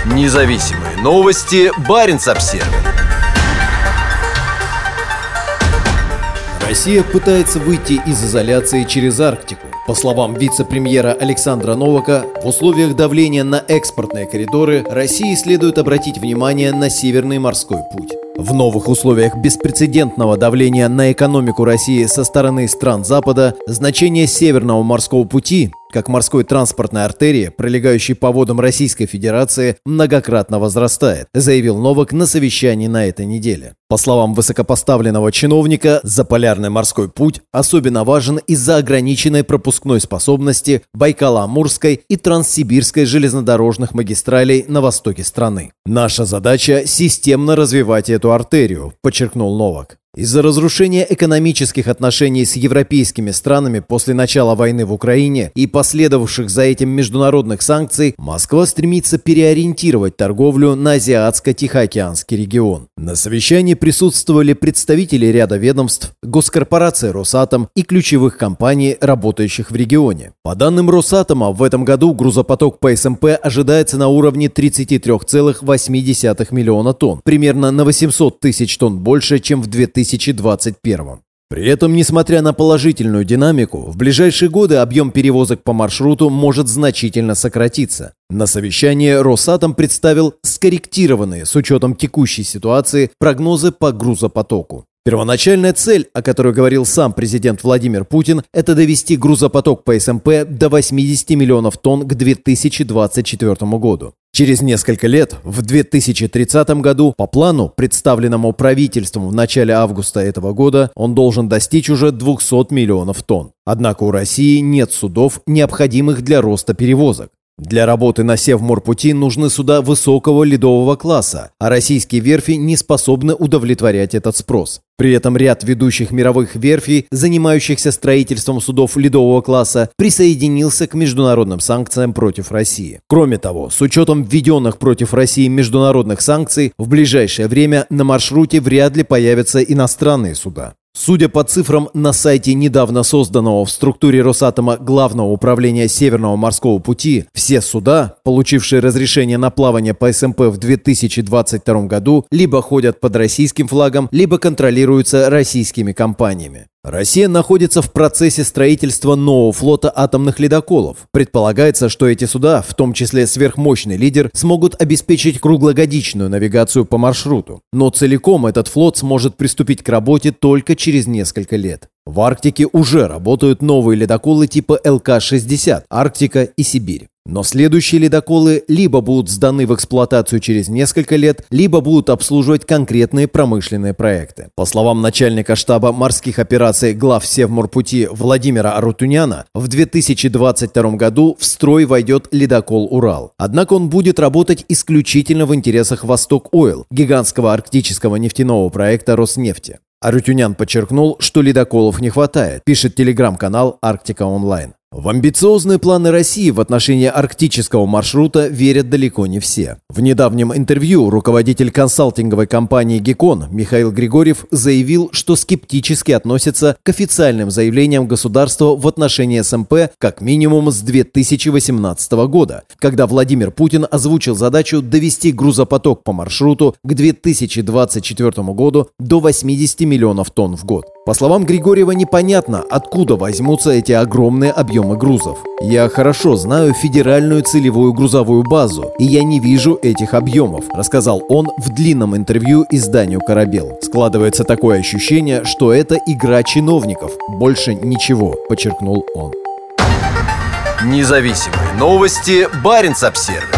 Независимые новости. Баренц-Обсервис. Россия пытается выйти из изоляции через Арктику. По словам вице-премьера Александра Новака, в условиях давления на экспортные коридоры России следует обратить внимание на Северный морской путь. В новых условиях беспрецедентного давления на экономику России со стороны стран Запада значение Северного морского пути, как морской транспортной артерии, пролегающей по водам Российской Федерации, многократно возрастает, заявил Новак на совещании на этой неделе. По словам высокопоставленного чиновника, заполярный морской путь особенно важен из-за ограниченной пропускной способности Байкало-Амурской и Транссибирской железнодорожных магистралей на востоке страны. «Наша задача – системно развивать эту артерию», – подчеркнул Новак. Из-за разрушения экономических отношений с европейскими странами после начала войны в Украине и последовавших за этим международных санкций, Москва стремится переориентировать торговлю на Азиатско-Тихоокеанский регион. На совещании присутствовали представители ряда ведомств, госкорпорации «Росатом» и ключевых компаний, работающих в регионе. По данным «Росатома», в этом году грузопоток по СМП ожидается на уровне 33,8 миллиона тонн, примерно на 800 тысяч тонн больше, чем в 2021. При этом, несмотря на положительную динамику, в ближайшие годы объем перевозок по маршруту может значительно сократиться. На совещании Росатом представил скорректированные с учетом текущей ситуации прогнозы по грузопотоку. Первоначальная цель, о которой говорил сам президент Владимир Путин, это довести грузопоток по СМП до 80 миллионов тонн к 2024 году. Через несколько лет, в 2030 году, по плану, представленному правительством в начале августа этого года, он должен достичь уже 200 миллионов тонн. Однако у России нет судов, необходимых для роста перевозок. Для работы на Севморпути нужны суда высокого ледового класса, а российские верфи не способны удовлетворять этот спрос. При этом ряд ведущих мировых верфей, занимающихся строительством судов ледового класса, присоединился к международным санкциям против России. Кроме того, с учетом введенных против России международных санкций, в ближайшее время на маршруте вряд ли появятся иностранные суда. Судя по цифрам на сайте недавно созданного в структуре Росатома Главного управления Северного морского пути, все суда, получившие разрешение на плавание по СМП в 2022 году, либо ходят под российским флагом, либо контролируются российскими компаниями. Россия находится в процессе строительства нового флота атомных ледоколов. Предполагается, что эти суда, в том числе сверхмощный лидер, смогут обеспечить круглогодичную навигацию по маршруту. Но целиком этот флот сможет приступить к работе только через несколько лет. В Арктике уже работают новые ледоколы типа ЛК-60 «Арктика» и «Сибирь». Но следующие ледоколы либо будут сданы в эксплуатацию через несколько лет, либо будут обслуживать конкретные промышленные проекты. По словам начальника штаба морских операций глав Севморпути Владимира Арутюняна, в 2022 году в строй войдет ледокол «Урал». Однако он будет работать исключительно в интересах «Восток Ойл», гигантского арктического нефтяного проекта Роснефти. Арутюнян подчеркнул, что ледоколов не хватает, пишет телеграм-канал «Арктика Онлайн». В амбициозные планы России в отношении арктического маршрута верят далеко не все. В недавнем интервью руководитель консалтинговой компании «Гекон» Михаил Григорьев заявил, что скептически относится к официальным заявлениям государства в отношении СМП как минимум с 2018 года, когда Владимир Путин озвучил задачу довести грузопоток по маршруту к 2024 году до 80 миллионов тонн в год. По словам Григорьева, непонятно, откуда возьмутся эти огромные объемы грузов. «Я хорошо знаю федеральную целевую грузовую базу, и я не вижу этих объемов», рассказал он в длинном интервью изданию «Корабел». Складывается такое ощущение, что это игра чиновников, больше ничего, подчеркнул он. Независимые новости. Баренц-Обсервис.